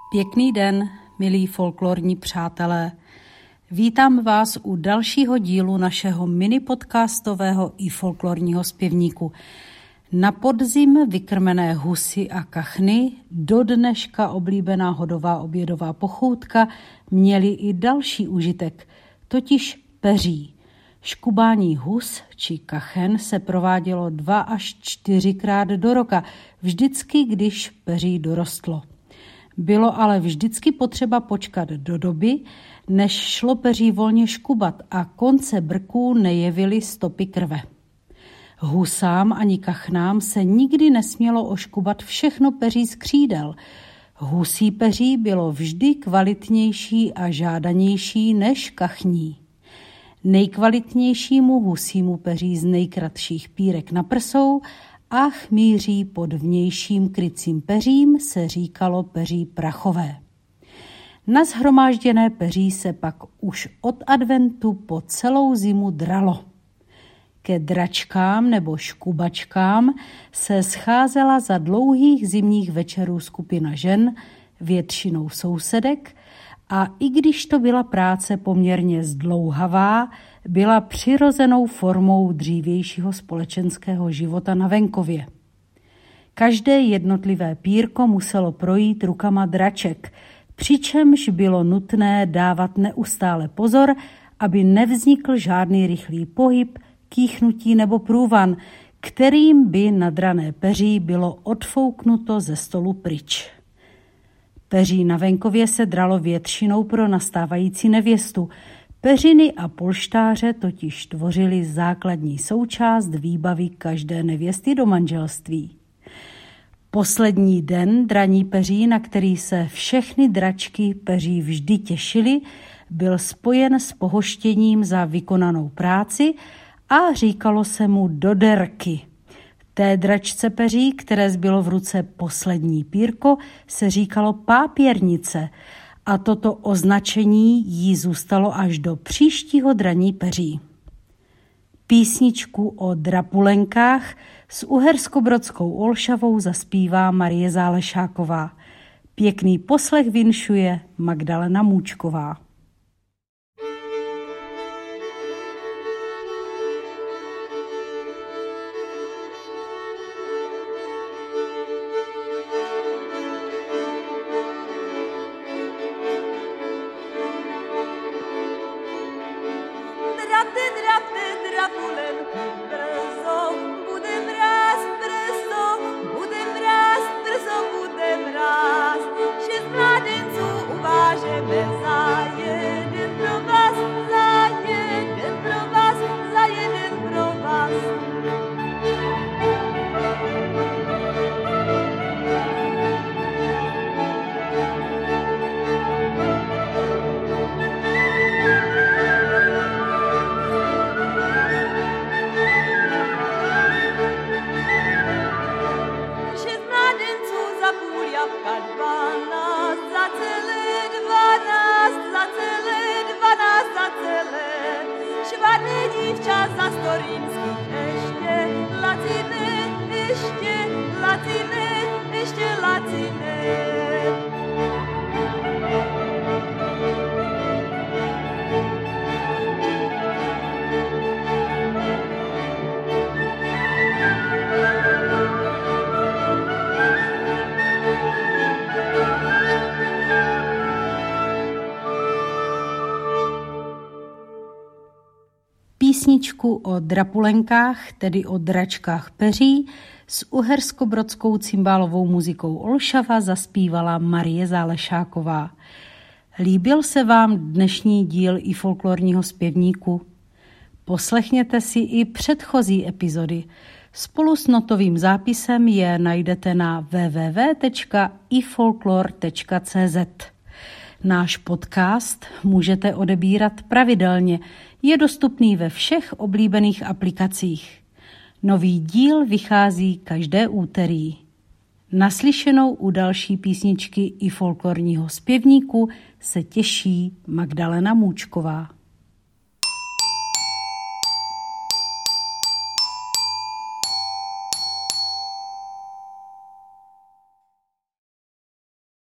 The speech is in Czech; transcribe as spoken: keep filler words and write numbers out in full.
Pěkný den, milí folklorní přátelé. Vítám vás u dalšího dílu našeho mini-podcastového i folklorního zpěvníku. Na podzim vykrmené husy a kachny, do dneška oblíbená hodová obědová pochoutka, měli i další užitek, totiž peří. Škubání hus či kachen se provádělo dva až čtyřikrát do roka, vždycky, když peří dorostlo. Bylo ale vždycky potřeba počkat do doby, než šlo peří volně škubat a konce brků nejevily stopy krve. Husám ani kachnám se nikdy nesmělo oškubat všechno peří z křídel. Husí peří bylo vždy kvalitnější a žádanější než kachní. Nejkvalitnějšímu husímu peří z nejkratších pírek na prsou a chmýří pod vnějším krycím peřím se říkalo peří prachové. Na shromážděné peří se pak už od adventu po celou zimu dralo. Ke dračkám nebo škubačkám se scházela za dlouhých zimních večerů skupina žen, většinou sousedek, a i když to byla práce poměrně zdlouhavá, byla přirozenou formou dřívějšího společenského života na venkově. Každé jednotlivé pírko muselo projít rukama draček, přičemž bylo nutné dávat neustále pozor, aby nevznikl žádný rychlý pohyb, kýchnutí nebo průvan, kterým by nadrané peří bylo odfouknuto ze stolu pryč. Peří na venkově se dralo většinou pro nastávající nevěstu. Peřiny a polštáře totiž tvořily základní součást výbavy každé nevěsty do manželství. Poslední den draní peří, na který se všechny dračky peří vždy těšily, byl spojen s pohoštěním za vykonanou práci a říkalo se mu doderky. Té dračce peří, které zbylo v ruce poslední pírko, se říkalo pápěrnice a toto označení jí zůstalo až do příštího draní peří. Písničku o drapulenkách s uherskobrodskou Olšavou zaspívá Marie Zálešáková. Pěkný poslech vinšuje Magdalena Můčková. Drapte, drapte, drapulenku, brzo, bude mráz, brzo, bude mráz, brzo bude mráz. Šest mládenců uvážeme za jeden pro vás, za jeden pro vás, za jeden pro vás. Dvanáct za celé, dvanáct za celé, dvanáct za celé. Švadné dívča za storýmských ještě lacine, ještě lacine, ještě lacine. Písničku o drapulenkách, tedy o dračkách peří, s uherskobrodskou cymbálovou muzikou Olšava zaspívala Marie Zálešáková. Líbil se vám dnešní díl i folklorního zpěvníku? Poslechněte si i předchozí epizody. Spolu s notovým zápisem je najdete na w w w tečka i folklor tečka c z. Náš podcast můžete odebírat pravidelně, je dostupný ve všech oblíbených aplikacích. Nový díl vychází každé úterý. Naslyšenou u další písničky i folklorního zpěvníku se těší Magdalena Můčková.